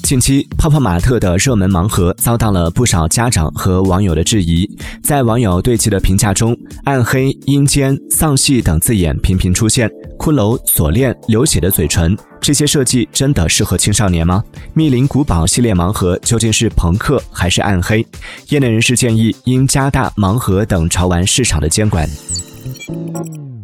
近期，泡泡玛特的热门盲盒遭到了不少家长和网友的质疑。在网友对其的评价中，暗黑、阴间、丧系等字眼频频出现，骷髅、锁链、流血的嘴唇，这些设计真的适合青少年吗？密林古堡系列盲盒究竟是朋克还是暗黑？业内人士建议应加大盲盒等潮玩市场的监管。